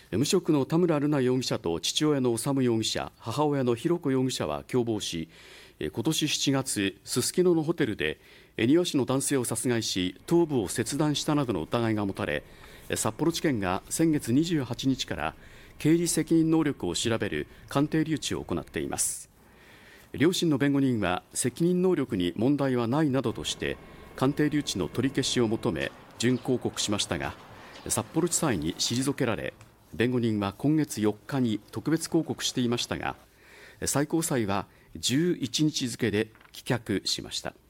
無職の田村瑠奈容疑者と父親の修容疑者、母親の浩子容疑者は共謀し、今年7月、すすきののホテルで恵庭市の男性を殺害し、頭部を切断したなどの疑いが持たれ、札幌地検が先月28日から刑事責任能力を調べる鑑定留置を行っています。両親の弁護人は責任能力に問題はないなどとして鑑定留置の取り消しを求め準抗告しましたが、札幌地裁に退けられ、弁護人は今月4日に特別抗告していましたが、最高裁は11日付で棄却しました。